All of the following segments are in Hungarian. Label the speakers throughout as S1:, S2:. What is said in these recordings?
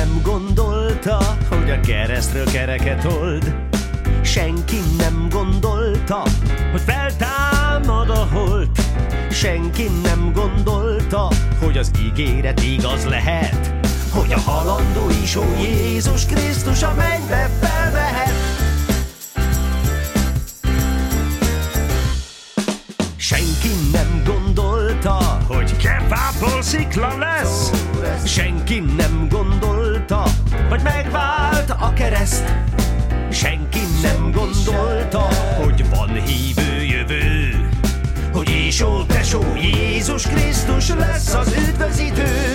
S1: nem gondolta, hogy a keresztről kereket old. Senki nem gondolta, hogy feltámad a holt. Senki nem gondolta, hogy az ígéret igaz lehet, hogy a halandó Ísó Jézus Krisztus a mennybe felmehet. Senki nem gondolta, hogy Kefából szikla lesz. Senki nem gondolta, hogy megvált a kereszt. Senki nem gondolta, hogy van hívő jövő, hogy Ísó tesó Jézus Krisztus lesz az üdvözítő.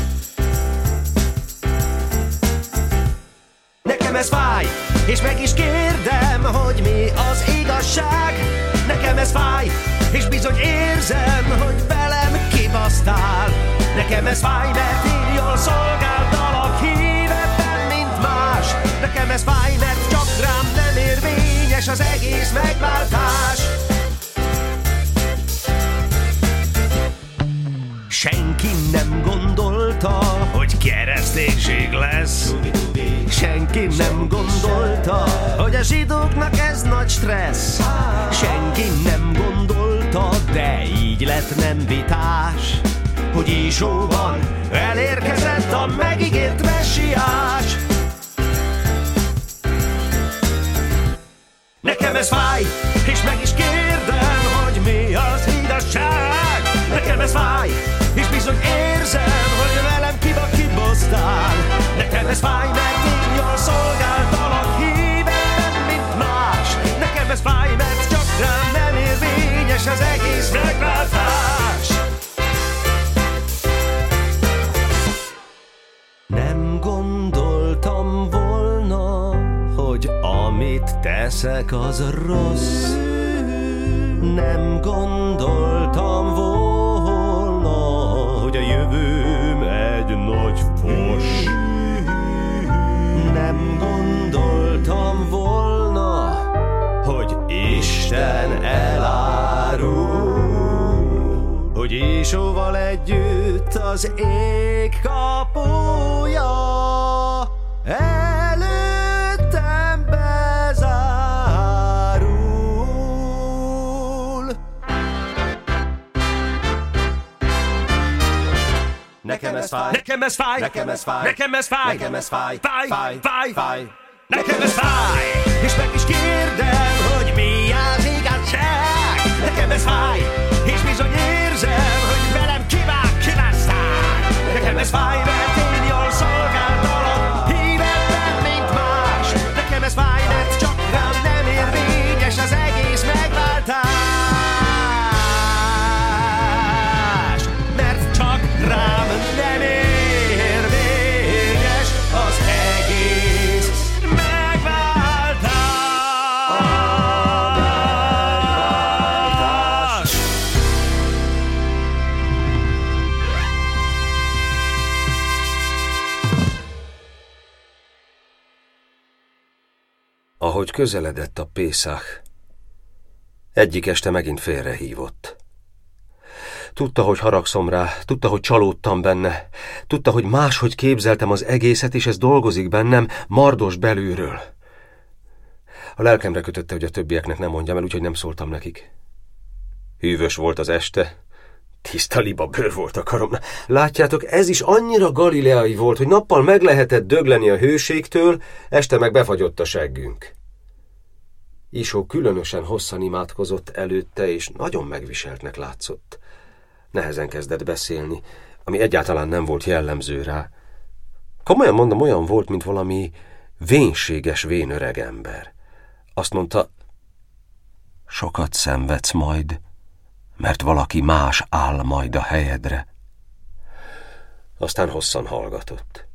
S1: Nekem ez fáj, és meg is kérdem, hogy mi az igazság. Nekem ez fáj, és bizony érzem, hogy velem kibasztál. Nekem ez fáj, mert én jól szolgáltalak hívebben, mint más. Nekem ez fáj, mert csak rám nem érvényes az egész megváltás. Senki nem gondolta, hogy kereszténység lesz. Senki nem gondolta, hogy a zsidóknak ez nagy stressz. Senki nem gondolta, de így lett nem vitás, hogy Ísóban elérkezett a megígért messiás. Nekem ez fáj, és meg is kérdem, hogy mi az igazság. Nekem ez fáj, és bizony érzem, hogy velem kibasztál. Nekem ez fáj, mert én jól szolgáltalak hívebben, mint más. Nekem ez fáj, mert csak rám nem érvényes az egész megváltás. Nem gondoltam volna, hogy amit teszek az rossz. Nem gondoltam volna, hogy a jövőm egy nagy fos. Nem gondoltam volna, hogy Isten elárul, hogy Ísóval együtt az ég kapuja előttem bezárul. Nekem ez fáj, nekem ez fáj, nekem ez fáj, nekem ez fáj, nekem ez fáj, fáj, fáj, fáj. Nekem ez fáj, és meg is kérdem, hogy mi az igazság. Nekem ez fáj, és bizony érzem, hogy velem kibasztál. Nekem ez fáj, mert én jól szolgáltalak hívebben, mint más. Nekem ez fáj, mert csak rám nem érvényes az egész megváltás. Mert csak rám nem érvényes az egész megváltás.
S2: Ahogy közeledett a Pészach, egyik este megint félrehívott. Tudta, hogy haragszom rá, tudta, hogy csalódtam benne, tudta, hogy máshogy képzeltem az egészet, és ez dolgozik bennem, mardos belülről. A lelkemre kötötte, hogy a többieknek nem mondjam el, úgyhogy nem szóltam nekik. Hűvös volt az este, tiszta liba bőr volt a karom. Látjátok, ez is annyira galileai volt, hogy nappal meg lehetett dögleni a hőségtől, este meg befagyott a seggünk. Ísó különösen hosszan imádkozott előtte, és nagyon megviseltnek látszott. Nehezen kezdett beszélni, ami egyáltalán nem volt jellemző rá. Komolyan mondom, olyan volt, mint valami vénséges vén ember. Azt mondta, sokat szenvedsz majd, mert valaki más áll majd a helyedre. Aztán hosszan hallgatott.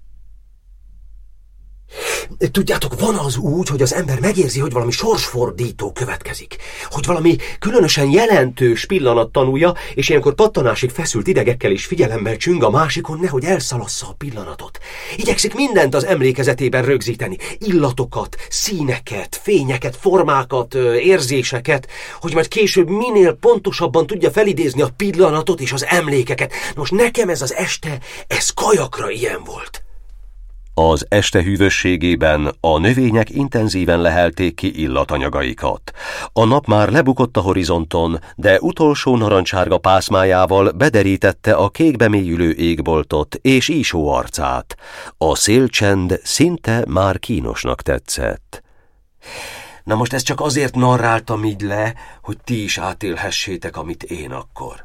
S2: Tudjátok, van az úgy, hogy az ember megérzi, hogy valami sorsfordító következik, hogy valami különösen jelentős pillanat tanulja, és ilyenkor pattanásig feszült idegekkel és figyelemmel csüng a másikon, nehogy elszalassza a pillanatot. Igyekszik mindent az emlékezetében rögzíteni, illatokat, színeket, fényeket, formákat, érzéseket, hogy majd később minél pontosabban tudja felidézni a pillanatot és az emlékeket. Most nekem ez az este, ez kajakra ilyen volt. Az este hűvösségében a növények intenzíven lehelték ki illatanyagaikat. A nap már lebukott a horizonton, de utolsó narancsárga pászmájával bederítette a kékbe mélyülő égboltot és Ísó arcát. A szélcsend szinte már kínosnak tetszett. Na most ezt csak azért narráltam így le, hogy ti is átélhessétek, amit én akkor.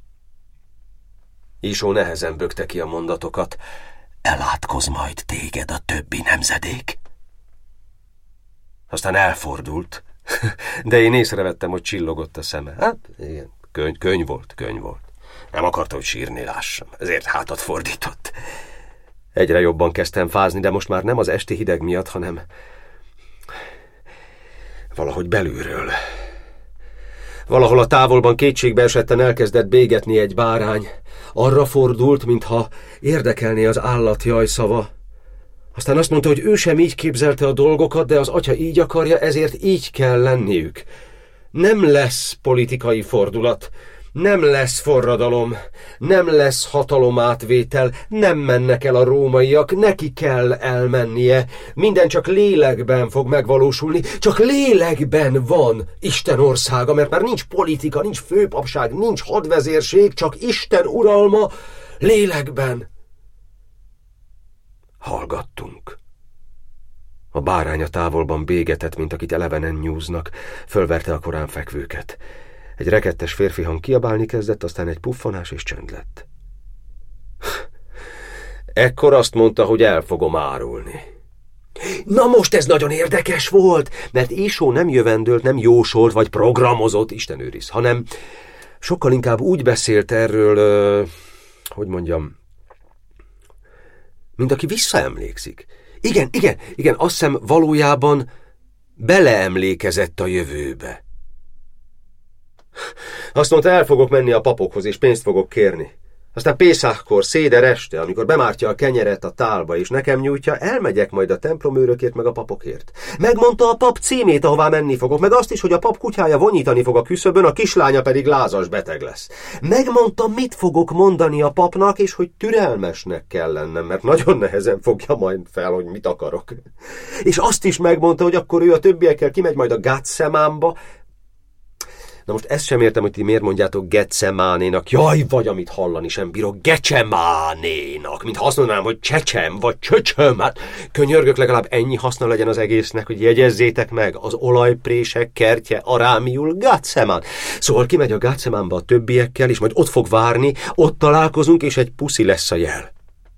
S2: Ísó nehezen bökte ki a mondatokat. Elátkoz majd téged a többi nemzedék. Aztán elfordult, de én észrevettem, hogy csillogott a szeme. Hát, igen, könyv volt. Nem akarta, hogy sírni lássam, ezért hátat fordított. Egyre jobban kezdtem fázni, de most már nem az esti hideg miatt, hanem valahogy belülről. Valahol a távolban kétségbeesetten elkezdett bégetni egy bárány. Arra fordult, mintha érdekelné az állat jajszava. Aztán azt mondta, hogy ő sem így képzelte a dolgokat, de az atya így akarja, ezért így kell lenniük. Nem lesz politikai fordulat, nem lesz forradalom, nem lesz hatalomátvétel, nem mennek el a rómaiak, neki kell elmennie. Minden csak lélekben fog megvalósulni, csak lélekben van Isten országa, mert már nincs politika, nincs főpapság, nincs hadvezérség, csak Isten uralma lélekben. Hallgattunk. A bárány a távolban bégetett, mint akit elevenen nyúznak, fölverte a korán fekvőket. Egy rekettes férfi hang kiabálni kezdett, aztán egy puffanás és csönd lett. Ekkor azt mondta, hogy el fogom árulni. Na most ez nagyon érdekes volt, mert Ísó nem jövendőlt, nem jósolt vagy programozott, Isten őriz, hanem sokkal inkább úgy beszélt erről, mint aki visszaemlékszik. Igen, azt hiszem valójában beleemlékezett a jövőbe. Azt mondta, el fogok menni a papokhoz, és pénzt fogok kérni. Aztán Pészákkor, széder este, amikor bemártja a kenyeret a tálba, és nekem nyújtja, elmegyek majd a templomőrökért meg a papokért. Megmondta a pap címét, ahová menni fogok, meg azt is, hogy a pap kutyája vonyítani fog a küszöbön, a kislánya pedig lázas beteg lesz. Megmondta, mit fogok mondani a papnak, és hogy türelmesnek kell lennem, mert nagyon nehezen fogja majd fel, hogy mit akarok. És azt is megmondta, hogy akkor ő a többiekkel kimegy majd a Getsemánba. Na most ezt sem értem, hogy ti miért mondjátok Getsemánénak. Jaj, vagy amit hallani sem bírok, Gecsemánénak, mint ha azt mondanám, hogy csecsem, vagy csöcsöm. Hát könyörgök, legalább ennyi haszna legyen az egésznek, hogy jegyezzétek meg, az olajprések kertje arámiul Getsemán. Szóval kimegy a Getsemánba a többiekkel, és majd ott fog várni, ott találkozunk, és egy puszi lesz a jel.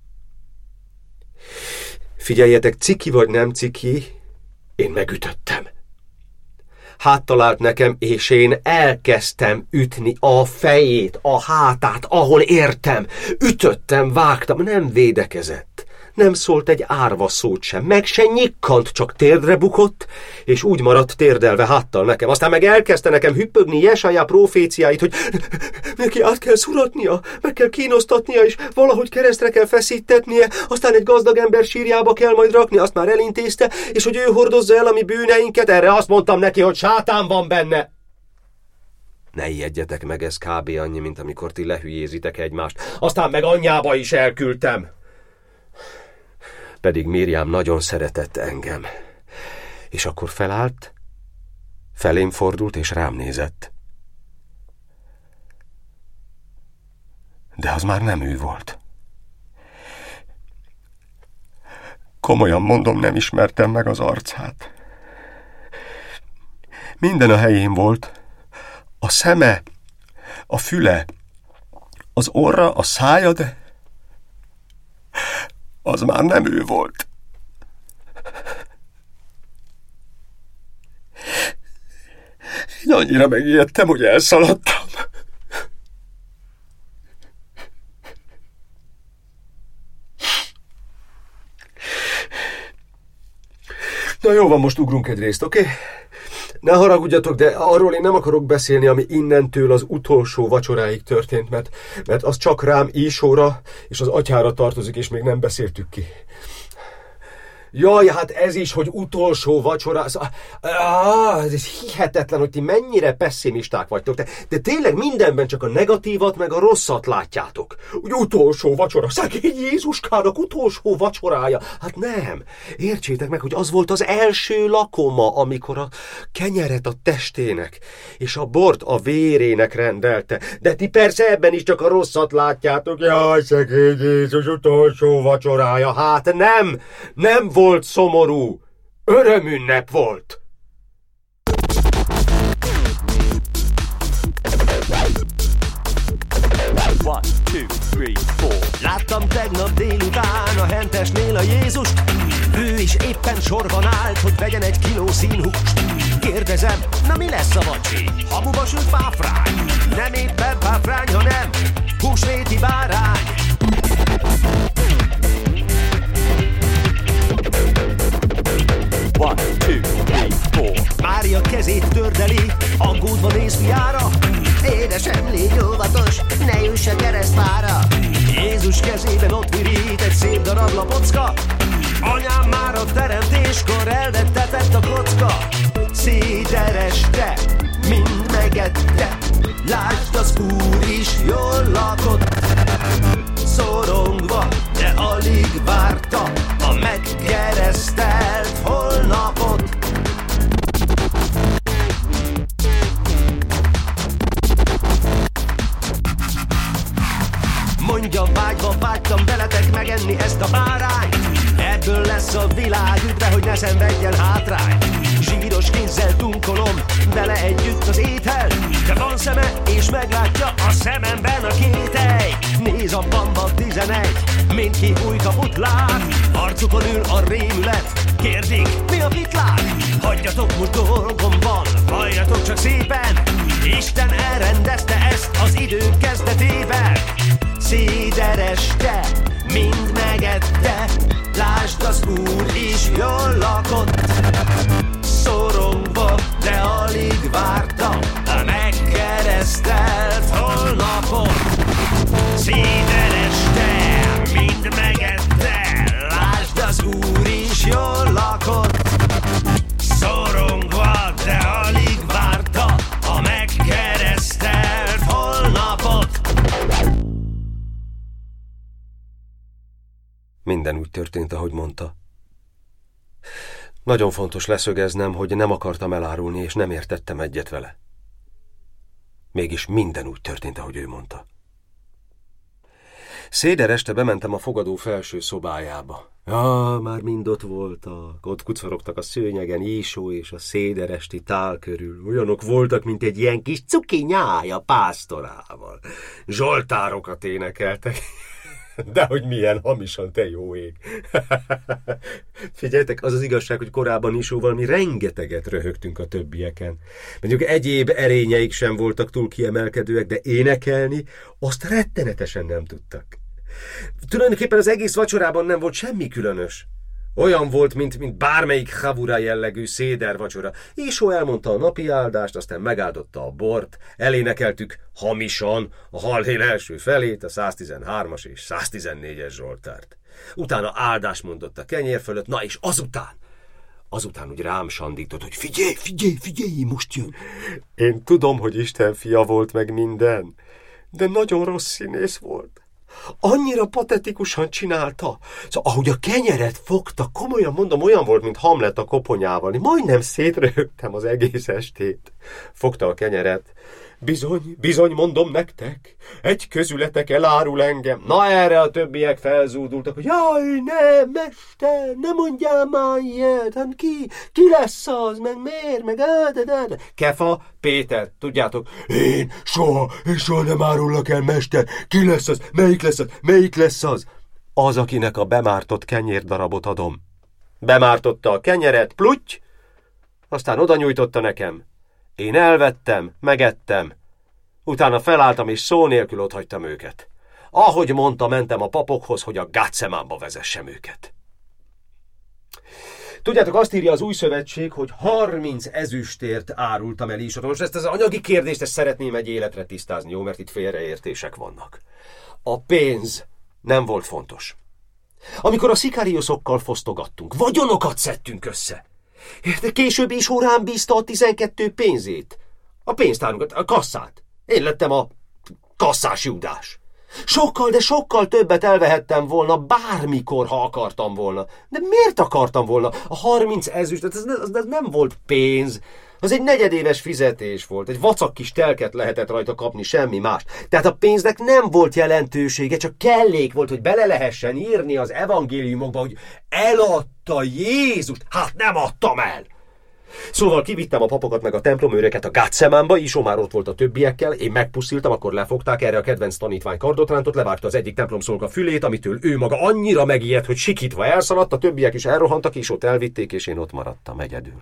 S2: Figyeljetek, ciki vagy nem ciki, én megütöttem. Háttalált nekem, és én elkezdtem ütni a fejét, a hátát, ahol értem. Ütöttem, vágtam, nem védekezett. Nem szólt egy árva szót sem, meg se nyikkant, csak térdre bukott, és úgy maradt térdelve háttal nekem. Aztán meg elkezdte nekem hüppögni Jesaja proféciáit, hogy neki át kell szuratnia, meg kell kínosztatnia, és valahogy keresztre kell feszítetnie, aztán egy gazdag ember sírjába kell majd rakni, azt már elintézte, és hogy ő hordozza el a mi bűneinket, erre azt mondtam neki, hogy sátán van benne. Ne ijedjetek meg, ez kb. Annyi, mint amikor ti lehülyézitek egymást. Aztán meg anyjába is elküldtem. Pedig Miriam nagyon szeretett engem. És akkor felállt, felém fordult és rám nézett. De az már nem ő volt. Komolyan mondom, nem ismertem meg az arcát. Minden a helyén volt. A szeme, a füle, az orra, a szája, de az már nem ő volt. Én annyira megijedtem, hogy elszaladtam. Na jó van, most ugrunk egy részt, oké? Ne haragudjatok, de arról én nem akarok beszélni, ami innentől az utolsó vacsoráig történt, mert az csak rám, Ísóra és az atyára tartozik, és még nem beszéltük ki. Jaj, hát ez is, hogy utolsó vacsora. Ez hihetetlen, hogy ti mennyire pessimisták vagytok. De tényleg mindenben csak a negatívat meg a rosszat látjátok. Úgy utolsó vacsora, szegény Jézuskának utolsó vacsorája. Hát nem. Értsétek meg, hogy az volt az első lakoma, amikor a kenyeret a testének és a bort a vérének rendelte. De ti persze ebben is csak a rosszat látjátok. Jaj, szegény Jézus utolsó vacsorája. Hát nem volt szomorú. Örömünnep volt.
S1: One, two, three, four. Láttam tegnap délután a hentesnél a Jézust. Ő is éppen sorban állt, hogy vegyen egy kiló színhúst. Kérdezem, na mi lesz a vacsi? Hamuba sült páfrány? Nem éppen páfrány, hanem húsvéti bárány. One, two, three, four. Mária kezét tördeli, aggódva néz fiára. Édesem, légy óvatos, ne juss a keresztfára. Jézus kezében ott virít egy szép darab lapocka. Anyám már a teremtéskor elvettetett a kocka. Széderes te, mind megette. Lásd, az Úr is jól lakott. Szorongva, de alig várta a megkeresztelt holnapot. Mondja, vágyva vágytam veletek megenni ezt a bárányt. Ebből lesz a világ üdve, hogy ne szenvedjen hátrány. Zsíros kézzel tunkolom vele együtt az étel. De van szeme és meglátja a szememben a kételj. Néz a Bamba 11, mindki új kaput lát. Arcukon ül a rémület, kérdik, mi a vitlák? Hagyjatok, most dolgom van, valljatok csak szépen. Isten elrendezte ezt az idő kezdetében. Széderes te, mind megette. Lásd, az Úr is jól lakott. Szorongva, de alig várta a megkeresztelt holnapot. Széderes te, mind megette. Lásd, az Úr is jól lakott. Szorongva, de alig várta a megkeresztelt holnapot.
S2: Minden úgy történt, ahogy mondta. Nagyon fontos leszögeznem, hogy nem akartam elárulni, és nem értettem egyet vele. Mégis minden úgy történt, ahogy ő mondta. Széder este bementem a fogadó felső szobájába. Már mind ott voltak. Ott kucorogtak a szőnyegen Ísó és a széderesti tál körül. Olyanok voltak, mint egy ilyen kis cuki nyája pásztorával. Zsoltárokat énekeltek. De hogy milyen hamisan, te jó ég. Figyeljetek, az az igazság, hogy korábban Ísóval mi rengeteget röhögtünk a többieken. Mondjuk egyéb erényeik sem voltak túl kiemelkedőek, de énekelni azt rettenetesen nem tudtak. Tulajdonképpen az egész vacsorában nem volt semmi különös. Olyan volt, mint bármelyik chavura jellegű széder vacsora. Ísó elmondta a napi áldást, aztán megáldotta a bort, elénekeltük hamisan a hallél első felét, a 113-as és 114-es Zsoltárt. Utána áldást mondott a kenyér fölött, na és azután úgy rám sandított, hogy figyelj, most jön. Én tudom, hogy Isten fia volt meg minden, de nagyon rossz színész volt. Annyira patetikusan csinálta. Szóval, ahogy a kenyeret fogta, komolyan mondom, olyan volt, mint Hamlet a koponyával. Majdnem szétröhögtem az egész estét. Fogta a kenyeret. Bizony, mondom nektek, egy közületek elárul engem. Na erre a többiek felzúdultak, hogy jaj, ne, mester, ne mondjál már ilyet, hát ki lesz az, meg miért, meg de. Kefa, Péter, tudjátok, én soha nem árullak el, mester, ki lesz az, melyik lesz az? Az, akinek a bemártott kenyérdarabot adom. Bemártotta a kenyeret, plutty, aztán oda nyújtotta nekem. Én elvettem, megettem, utána felálltam és szó nélkül otthagytam őket. Ahogy mondta, mentem a papokhoz, hogy a Gácemánba vezessem őket. Tudjátok, azt írja az Új Szövetség, hogy 30 ezüstért árultam el Ísót. Most ezt az anyagi kérdést ezt szeretném egy életre tisztázni, jó? Mert itt félreértések vannak. A pénz nem volt fontos. Amikor a szikáriuszokkal fosztogattunk, vagyonokat szedtünk össze. De később is rám bízta a 12 pénzét. A pénztárunkat, a kasszát. Én lettem a kasszás Júdás. Sokkal, de sokkal többet elvehettem volna bármikor, ha akartam volna. De miért akartam volna? A 30 ezüst, ez nem volt pénz. Az egy negyedéves fizetés volt. Egy vacak kis telket lehetett rajta kapni, semmi más. Tehát a pénznek nem volt jelentősége, csak kellék volt, hogy bele lehessen írni az evangéliumokba, hogy eladta Jézust. Hát nem adtam el! Szóval kivittem a papokat meg a templomőröket a Gatszemánba, Ísó már ott volt a többiekkel, én megpusziltam, akkor lefogták, erre a kedvenc tanítvány kardot rántott, levágta az egyik templomszolga fülét, amitől ő maga annyira megijedt, hogy sikítva elszaladt, a többiek is elrohantak, Ísót elvitték, és én ott maradtam egyedül.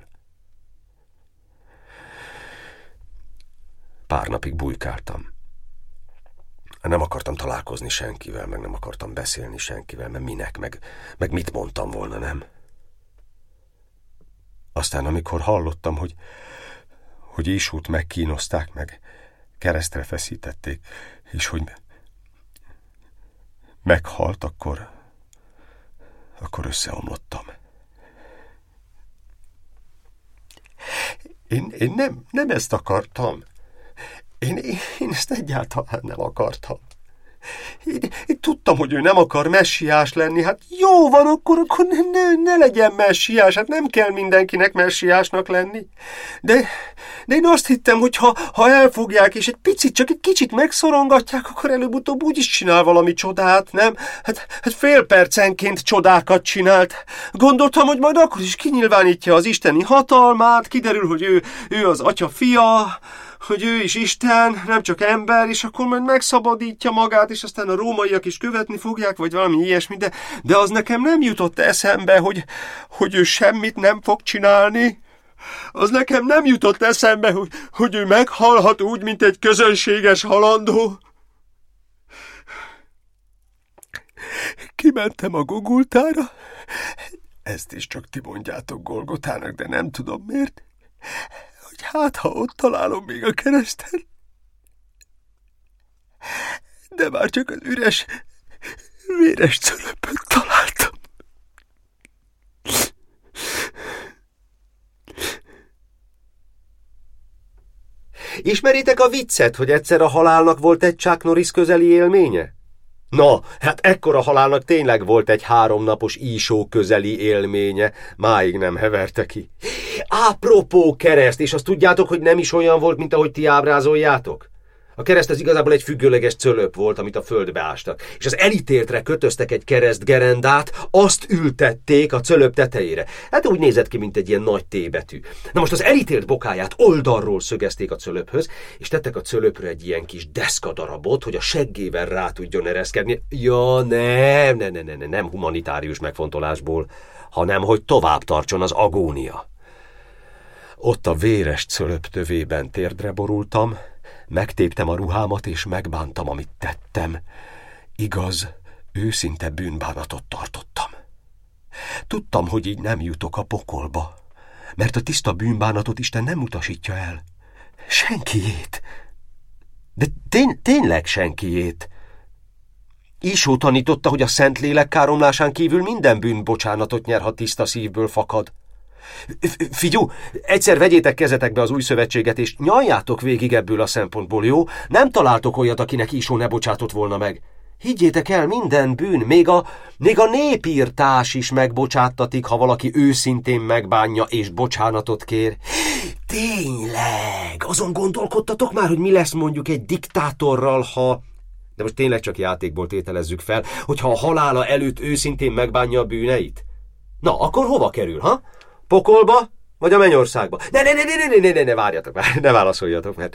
S2: Pár napig bujkáltam. Nem akartam találkozni senkivel, meg nem akartam beszélni senkivel, mert minek, meg mit mondtam volna, nem? Aztán, amikor hallottam, hogy Ísót megkínozták, meg keresztre feszítették, és hogy meghalt, akkor összeomlottam. Én nem ezt akartam. Én ezt egyáltalán nem akartam. Én tudtam, hogy ő nem akar messiás lenni. Hát jó van, akkor ne legyen messiás. Hát nem kell mindenkinek messiásnak lenni. De én azt hittem, hogy ha elfogják, és csak egy kicsit megszorongatják, akkor előbb-utóbb úgyis csinál valami csodát, nem? Hát fél percenként csodákat csinált. Gondoltam, hogy majd akkor is kinyilvánítja az isteni hatalmát, kiderül, hogy ő az atya fia, hogy ő is Isten, nem csak ember, és akkor majd megszabadítja magát, és aztán a rómaiak is követni fogják, vagy valami ilyesmi, de az nekem nem jutott eszembe, hogy ő semmit nem fog csinálni. Az nekem nem jutott eszembe, hogy ő meghalhat úgy, mint egy közönséges halandó. Kimentem a Gogoltára, ezt is csak ti mondjátok Golgotának, de nem tudom miért, hogy hát, ha ott találom még a kereszten. De már csak az üres, véres cölöpöt találtam. Ismeritek a viccet, hogy egyszer a halálnak volt egy Chuck Norris közeli élménye? Na, hát ekkora halálnak tényleg volt egy 3 napos Ísó közeli élménye, máig nem heverte ki. Apropó kereszt, és azt tudjátok, hogy nem is olyan volt, mint ahogy ti ábrázoljátok? A kereszt az igazából egy függőleges cölöp volt, amit a földbe ástak, és az elítéltre kötöztek egy keresztgerendát, azt ültették a cölöp tetejére. Hát úgy nézett ki, mint egy ilyen nagy T-betű. Na most az elítélt bokáját oldalról szögezték a cölöphöz, és tettek a cölöpre egy ilyen kis deszkadarabot, hogy a seggével rá tudjon ereszkedni. Ja, nem humanitárius megfontolásból, hanem hogy tovább tartson az agónia. Ott a véres cölöp tövében térdre borultam, megtéptem a ruhámat, és megbántam, amit tettem. Igaz, őszinte bűnbánatot tartottam. Tudtam, hogy így nem jutok a pokolba, mert a tiszta bűnbánatot Isten nem utasítja el. Senkiét. De tényleg senkiét. Ísó tanította, hogy a Szentlélek káromlásán kívül minden bűn bocsánatot nyer, ha tiszta szívből fakad. Figyú, egyszer vegyétek kezetekbe az új szövetséget, és nyaljátok végig ebből a szempontból, jó? Nem találtok olyat, akinek Ísó ne bocsátott volna meg. Higgyétek el, minden bűn, még a népírtás is megbocsáttatik, ha valaki őszintén megbánja és bocsánatot kér. Tényleg, azon gondolkodtatok már, hogy mi lesz mondjuk egy diktátorral, de most tényleg csak játékból tételezzük fel, hogyha a halála előtt őszintén megbánja a bűneit? Na, akkor hova kerül, ha? Pokolba, vagy a mennyországba? Ne, várjatok már, ne válaszoljatok, mert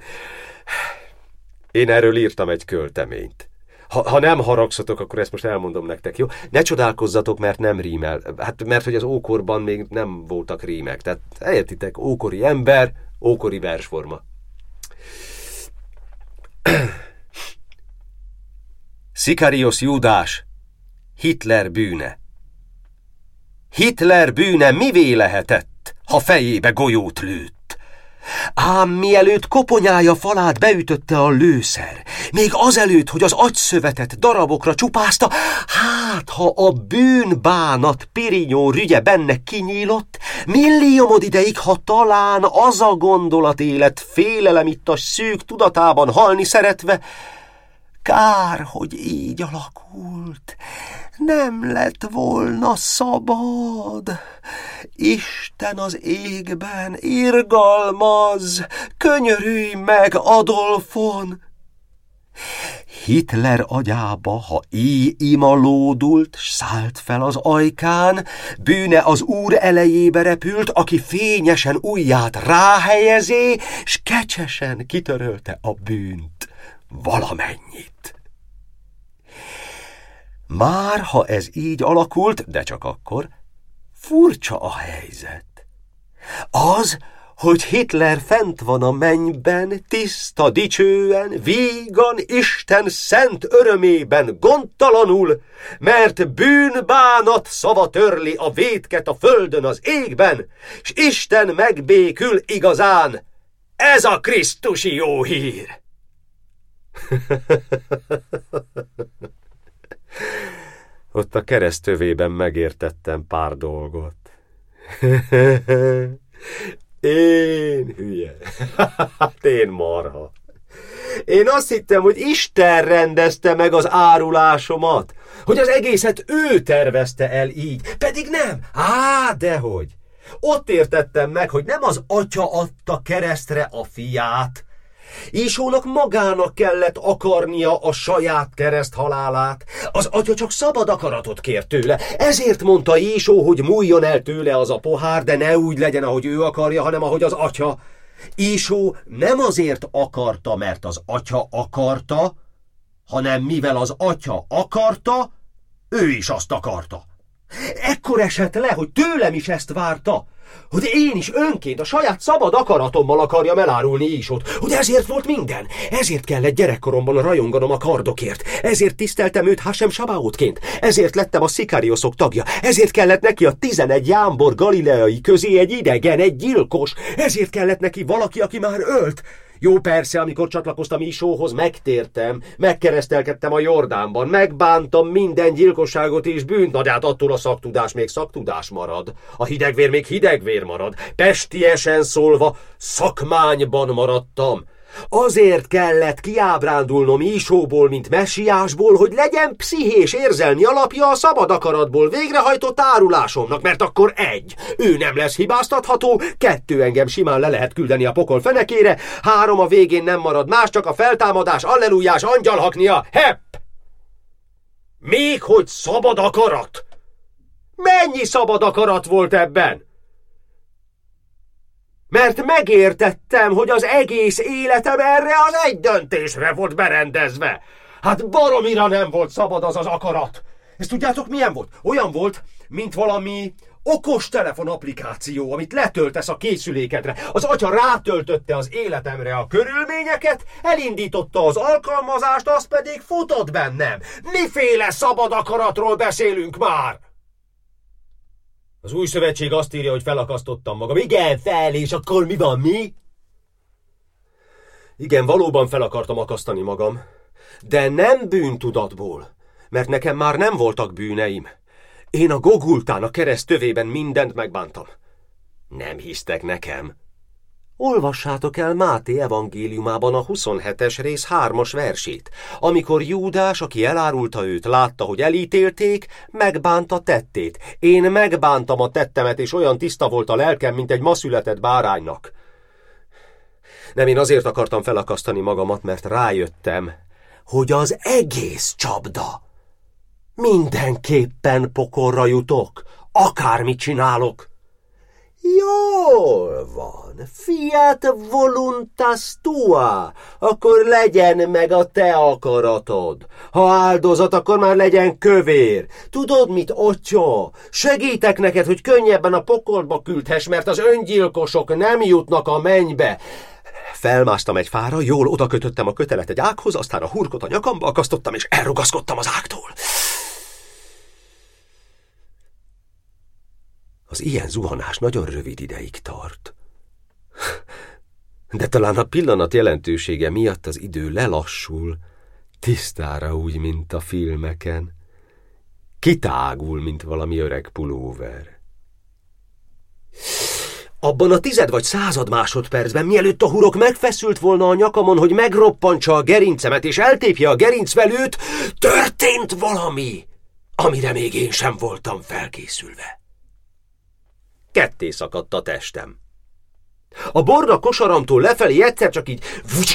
S2: én erről írtam egy költeményt. Ha nem haragszatok, akkor ezt most elmondom nektek, jó? Ne csodálkozzatok, mert nem rímel. Hát, mert hogy az ókorban még nem voltak rímek. Tehát értitek, ókori ember, ókori versforma. Szikárius Júdás, Hitler bűne. Hitler bűne mivé lehetett, ha fejébe golyót lőtt? Ám mielőtt koponyája falát beütötte a lőszer, még azelőtt, hogy az agyszövetet darabokra csupázta, hát ha a bűnbánat pirinyó rügye benne kinyílott, milliómod ideig, ha talán az a gondolat élet félelemittas szűk tudatában halni szeretve, kár, hogy így alakult, nem lett volna szabad. Isten az égben, irgalmazz, könyörülj meg Adolfon! Hitler agyába, ha éj ima lódult, s szállt fel az ajkán, bűne az Úr elejébe repült, aki fényesen ujját ráhelyezé, s kecsesen kitörölte a bűnt, valamennyit. Már ha ez így alakult, de csak akkor, furcsa a helyzet. Az, hogy Hitler fent van a mennyben, tiszta, dicsően, vígan, Isten szent örömében, gondtalanul, mert bűnbánat szava törli a vétket a földön, az égben, s Isten megbékül igazán. Ez a krisztusi jó hír! Ott a keresztövében megértettem pár dolgot. Én hülye. Én marha. Én azt hittem, hogy Isten rendezte meg az árulásomat, hogy az egészet ő tervezte el így, pedig nem. Dehogy. Ott értettem meg, hogy nem az atya adta keresztre a fiát. Ísónak magának kellett akarnia a saját kereszt halálát. Az atya csak szabad akaratot kért tőle. Ezért mondta Ísó, hogy múljon el tőle az a pohár, de ne úgy legyen, ahogy ő akarja, hanem ahogy az atya. Ísó nem azért akarta, mert az atya akarta, hanem mivel az atya akarta, ő is azt akarta. Ekkor esett le, hogy tőlem is ezt várta, hogy én is önként a saját szabad akaratommal akarjam elárulni Ísót, hogy ezért volt minden. Ezért kellett gyerekkoromban rajonganom a kardokért, ezért tiszteltem őt Hasem Sabaótként, ezért lettem a Szikárioszok tagja, ezért kellett neki a 11 jámbor galileai közé egy idegen, egy gyilkos, ezért kellett neki valaki, aki már ölt. Jó, persze, amikor csatlakoztam Ísóhoz, megtértem, megkeresztelkedtem a Jordánban, megbántam minden gyilkosságot és bűnt, na de hát attól a szaktudás még szaktudás marad, a hidegvér még hidegvér marad, pestiesen szólva szakmányban maradtam. Azért kellett kiábrándulnom Ísóból, mint messiásból, hogy legyen pszichés érzelmi alapja a szabad akaratból végrehajtott árulásomnak, mert akkor 1. Ő nem lesz hibáztatható, 2. Engem simán le lehet küldeni a pokol fenekére, 3. A végén nem marad más, csak a feltámadás, allelujás angyalhaknia, hepp! Még hogy szabad akarat? Mennyi szabad akarat volt ebben? Mert megértettem, hogy az egész életem erre az egy döntésre volt berendezve. Hát baromira nem volt szabad az az akarat. Ezt tudjátok, milyen volt? Olyan volt, mint valami okostelefon applikáció, amit letöltesz a készülékedre. Az atya rátöltötte az életemre a körülményeket, elindította az alkalmazást, az pedig futott bennem. Miféle szabad akaratról beszélünk már? Az új szövetség azt írja, hogy felakasztottam magam. Igen, fel, és akkor mi van, mi? Igen, valóban fel akartam akasztani magam, de nem bűntudatból, mert nekem már nem voltak bűneim. Én a Gogultán, a kereszt tövében mindent megbántam. Nem hisztek nekem. Olvassátok el Máté evangéliumában a 27. rész 3. versét. Amikor Júdás, aki elárulta őt, látta, hogy elítélték, megbánta tettét. Én megbántam a tettemet, és olyan tiszta volt a lelkem, mint egy ma született báránynak. Nem, én azért akartam felakasztani magamat, mert rájöttem, hogy az egész csapda. Mindenképpen pokolra jutok, akármit csinálok. Jól van, fiat voluntas tua, akkor legyen meg a te akaratod. Ha áldozat, akkor már legyen kövér. Tudod mit, ottyó? Segítek neked, hogy könnyebben a pokolba küldhess, mert az öngyilkosok nem jutnak a mennybe. Felmásztam egy fára, jól odakötöttem a kötelet egy ághoz, aztán a hurkot a nyakamba akasztottam, és elrugaszkodtam az ágtól. Az ilyen zuhanás nagyon rövid ideig tart. De talán a pillanat jelentősége miatt az idő lelassul, tisztára úgy, mint a filmeken. Kitágul, mint valami öreg pulóver. Abban a 10 vagy 100 másodpercben, mielőtt a hurok megfeszült volna a nyakamon, hogy megroppantsa a gerincemet és eltépje a gerincvelőt, történt valami, amire még én sem voltam felkészülve. Ketté szakadt a testem. A borna kosaramtól lefelé egyszer csak így...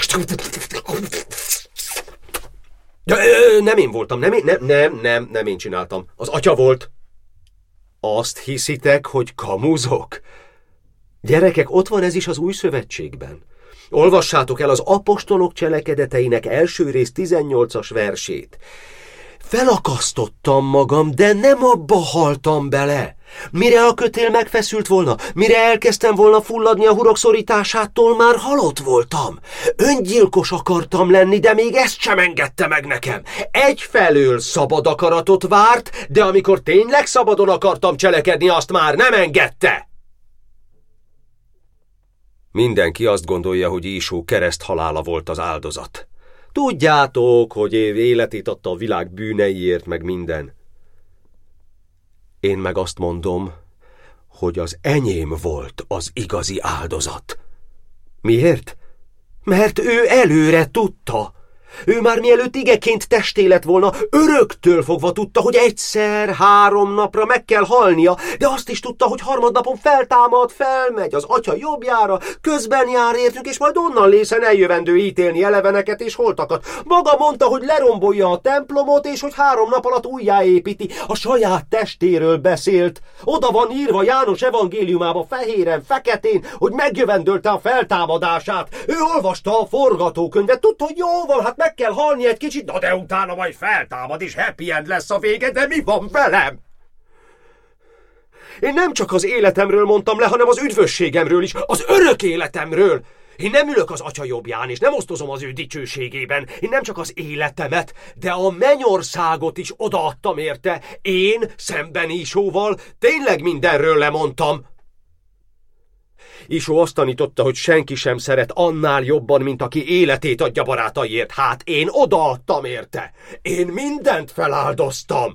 S2: Nem én voltam, nem én csináltam. Az atya volt. Azt hiszitek, hogy kamuzok? Gyerekek, ott van ez is az Új Szövetségben. Olvassátok el az apostolok cselekedeteinek első rész 18-as versét. Felakasztottam magam, de nem abba haltam bele. Mire a kötél megfeszült volna, mire elkezdtem volna fulladni a hurok szorításától, már halott voltam. Öngyilkos akartam lenni, de még ezt sem engedte meg nekem. Egyfelől szabad akaratot várt, de amikor tényleg szabadon akartam cselekedni, azt már nem engedte. Mindenki azt gondolja, hogy Ísó kereszthalála volt az áldozat. Tudjátok, hogy életét adta a világ bűneiért, meg minden. Én meg azt mondom, hogy az enyém volt az igazi áldozat. Miért? Mert ő előre tudta. Ő már mielőtt igeként testé lett volna, öröktől fogva tudta, hogy egyszer, 3 napra meg kell halnia, de azt is tudta, hogy harmadnapon feltámad, felmegy az atya jobbjára, közben jár értünk, és majd onnan lészen eljövendő ítélni eleveneket és holtakat. Maga mondta, hogy lerombolja a templomot, és hogy 3 nap alatt újjáépíti. A saját testéről beszélt. Oda van írva János evangéliumába fehéren, feketén, hogy megjövendölte a feltámadását. Ő olvasta a forgatókönyvet, tudta, hogy jó van, hát meg kell halni egy kicsit, na de utána majd feltámad, és happy end lesz a vége, de mi van velem? Én nem csak az életemről mondtam le, hanem az üdvösségemről is, az örök életemről. Én nem ülök az atya jobbján, és nem osztozom az ő dicsőségében. Én nem csak az életemet, de a mennyországot is odaadtam érte. Én, szemben Ísóval, tényleg mindenről lemondtam. Ísó azt tanította, hogy senki sem szeret annál jobban, mint aki életét adja barátaiért. Hát én odaadtam érte. Én mindent feláldoztam.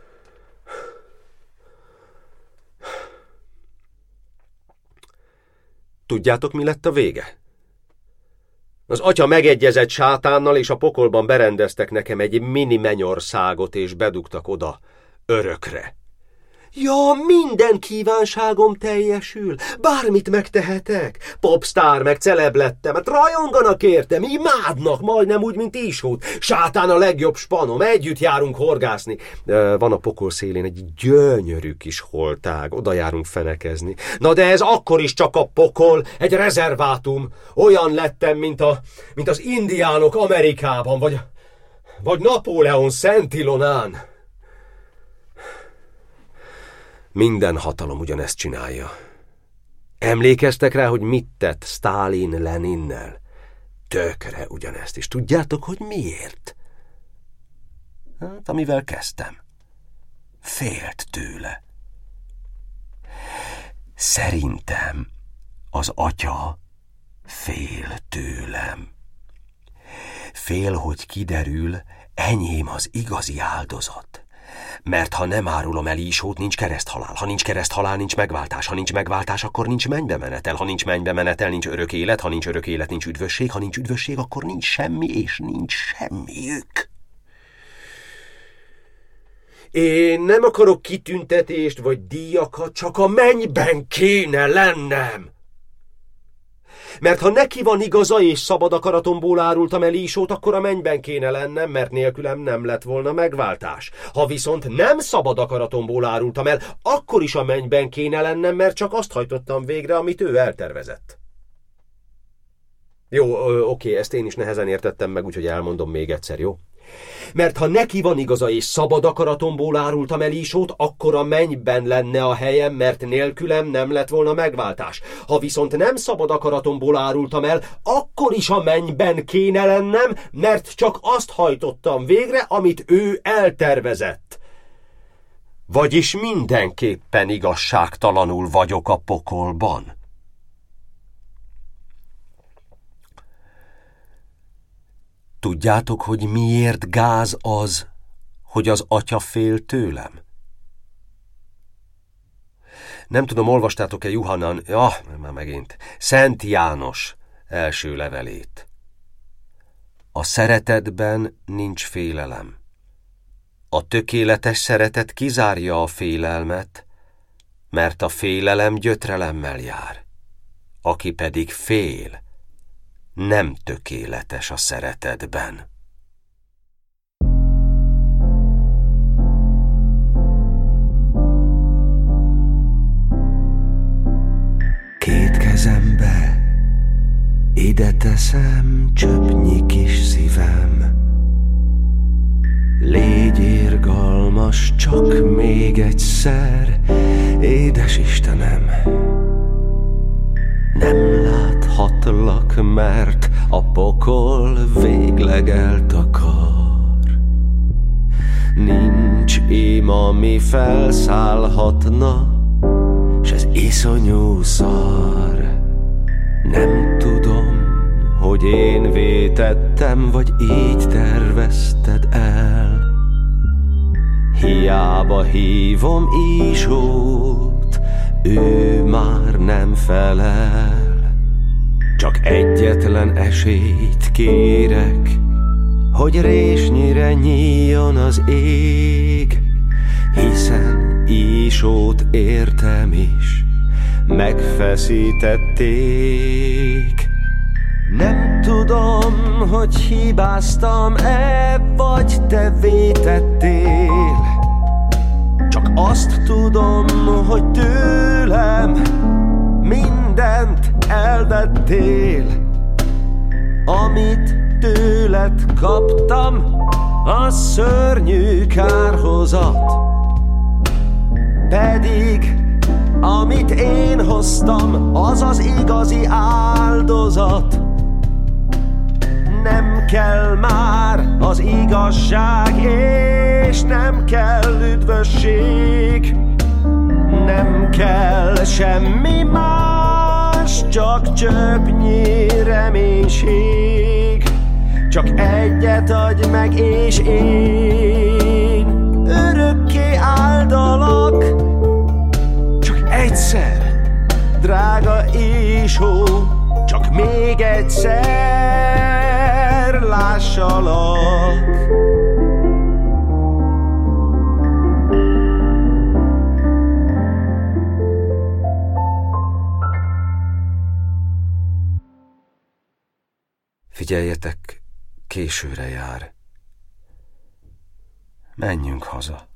S2: Tudjátok, mi lett a vége? Az atya megegyezett sátánnal, és a pokolban berendeztek nekem egy mini mennyországot, és bedugtak oda örökre. Ja, minden kívánságom teljesül, bármit megtehetek. Popstar, meg celeb lettem, hát rajonganak értem, imádnak, majdnem úgy, mint Ísót. Sátán a legjobb spanom, együtt járunk horgászni. Van a pokol szélén egy gyönyörű kis holtág, oda járunk fenekezni. Na de ez akkor is csak a pokol, egy rezervátum. Olyan lettem, mint az indiánok Amerikában, vagy Napóleon Szent Ilonán. Minden hatalom ugyanezt csinálja. Emlékeztek rá, hogy mit tett Sztálin Leninnel? Tökre ugyanezt is. Tudjátok, hogy miért? Hát, amivel kezdtem. Félt tőle. Szerintem az atya fél tőlem. Fél, hogy kiderül, enyém az igazi áldozat. Mert ha nem árulom el Ísót, nincs kereszthalál. Ha nincs kereszthalál, nincs megváltás. Ha nincs megváltás, akkor nincs mennybe menetel. Ha nincs mennybe menetel, nincs örök élet. Ha nincs örök élet, nincs üdvösség. Ha nincs üdvösség, akkor nincs semmi, és nincs semmiük. Én nem akarok kitüntetést vagy díjakat, csak a mennyben kéne lennem. Mert ha neki van igaza és szabad akaratomból árultam el Ísót, akkor a mennyben kéne lennem, mert nélkülem nem lett volna megváltás. Ha viszont nem szabad akaratomból árultam el, akkor is a mennyben kéne lennem, mert csak azt hajtottam végre, amit ő eltervezett. Jó, oké, ezt én is nehezen értettem meg, úgyhogy elmondom még egyszer, jó? Mert ha neki van igaza és szabad akaratomból árultam el Ísót, akkor a mennyben lenne a helyem, mert nélkülem nem lett volna megváltás. Ha viszont nem szabad akaratomból árultam el, akkor is a mennyben kéne lennem, mert csak azt hajtottam végre, amit ő eltervezett. Vagyis mindenképpen igazságtalanul vagyok a pokolban. Tudjátok, hogy miért gáz az, hogy az atya fél tőlem? Nem tudom, olvastátok-e Juhannan, már megint, Szent János első levelét. A szeretetben nincs félelem. A tökéletes szeretet kizárja a félelmet, mert a félelem gyötrelemmel jár. Aki pedig fél, nem tökéletes a szeretetben.
S1: Két kezembe ide teszem csöpnyi kis szívem. Légy irgalmas csak még egyszer, édes Istenem. Nem láthatlak, mert a pokol végleg eltakar. Nincs ím, ami felszállhatna, s ez iszonyú szar. Nem tudom, hogy én vétettem, vagy így tervezted el. Hiába hívom Ízsót, ő már nem felel. Csak egyetlen esélyt kérek, hogy résnyire nyíljon az ég, hiszen Ízsót értem is megfeszítették. Nem tudom, hogy hibáztam-e, vagy te vétettél. Csak azt tudom, hogy tőlem mindent elvettél. Amit tőled kaptam, a szörnyű kárhozat. Pedig amit én hoztam, az az igazi áldozat. Nem kell már az igazság, és nem kell üdvösség. Nem kell semmi más, csak csöpnyi reménység. Csak egyet adj meg, és én örökké áldalak. Csak egyszer, drága Ízsó, csak még egyszer lássalak.
S2: Figyeljetek, későre jár. Menjünk haza.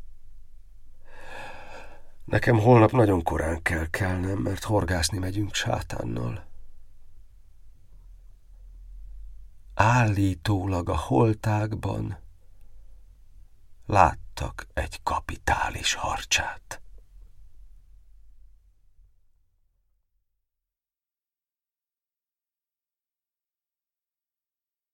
S2: Nekem holnap nagyon korán kell kelnem, mert horgászni megyünk sátánnal. Állítólag a holtákban láttak egy kapitális harcsát.